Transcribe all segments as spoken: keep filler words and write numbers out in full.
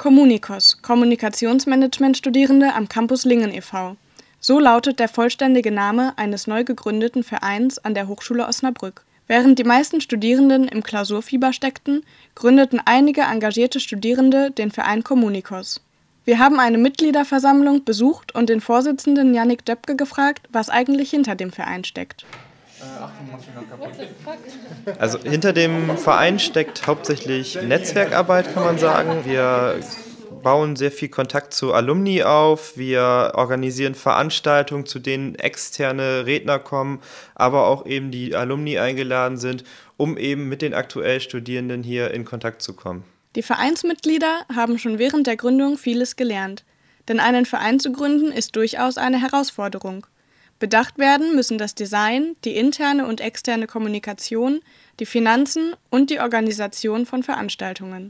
Communicos, Kommunikationsmanagement-Studierende am Campus Lingen e V So lautet der vollständige Name eines neu gegründeten Vereins an der Hochschule Osnabrück. Während die meisten Studierenden im Klausurfieber steckten, gründeten einige engagierte Studierende den Verein Communicos. Wir haben eine Mitgliederversammlung besucht und den Vorsitzenden Yannick Döpke gefragt, was eigentlich hinter dem Verein steckt. Also hinter dem Verein steckt hauptsächlich Netzwerkarbeit, kann man sagen. Wir bauen sehr viel Kontakt zu Alumni auf, wir organisieren Veranstaltungen, zu denen externe Redner kommen, aber auch eben die Alumni eingeladen sind, um eben mit den aktuell Studierenden hier in Kontakt zu kommen. Die Vereinsmitglieder haben schon während der Gründung vieles gelernt, denn einen Verein zu gründen ist durchaus eine Herausforderung. Bedacht werden müssen das Design, die interne und externe Kommunikation, die Finanzen und die Organisation von Veranstaltungen.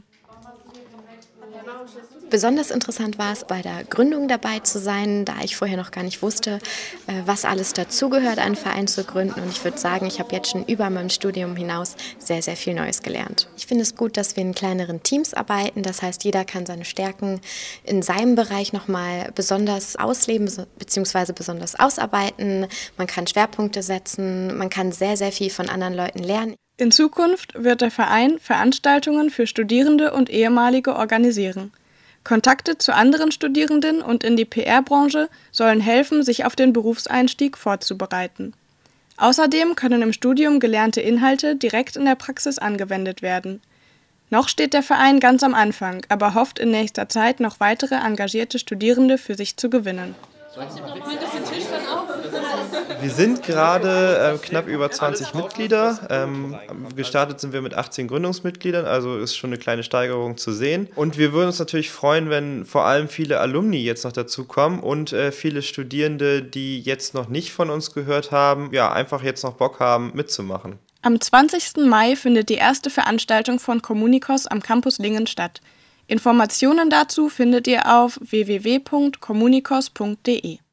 Besonders interessant war es, bei der Gründung dabei zu sein, da ich vorher noch gar nicht wusste, was alles dazugehört, einen Verein zu gründen. Und ich würde sagen, ich habe jetzt schon über meinem Studium hinaus sehr, sehr viel Neues gelernt. Ich finde es gut, dass wir in kleineren Teams arbeiten. Das heißt, jeder kann seine Stärken in seinem Bereich nochmal besonders ausleben bzw. besonders ausarbeiten. Man kann Schwerpunkte setzen, man kann sehr, sehr viel von anderen Leuten lernen. In Zukunft wird der Verein Veranstaltungen für Studierende und Ehemalige organisieren. Kontakte zu anderen Studierenden und in die P R-Branche sollen helfen, sich auf den Berufseinstieg vorzubereiten. Außerdem können im Studium gelernte Inhalte direkt in der Praxis angewendet werden. Noch steht der Verein ganz am Anfang, aber hofft in nächster Zeit noch weitere engagierte Studierende für sich zu gewinnen. Wir sind gerade äh, knapp über zwanzig Mitglieder. Ähm, gestartet sind wir mit achtzehn Gründungsmitgliedern, also ist schon eine kleine Steigerung zu sehen. Und wir würden uns natürlich freuen, wenn vor allem viele Alumni jetzt noch dazukommen und äh, viele Studierende, die jetzt noch nicht von uns gehört haben, ja, einfach jetzt noch Bock haben, mitzumachen. Am zwanzigsten Mai findet die erste Veranstaltung von Communicos am Campus Lingen statt. Informationen dazu findet ihr auf w w w punkt communicos punkt d e.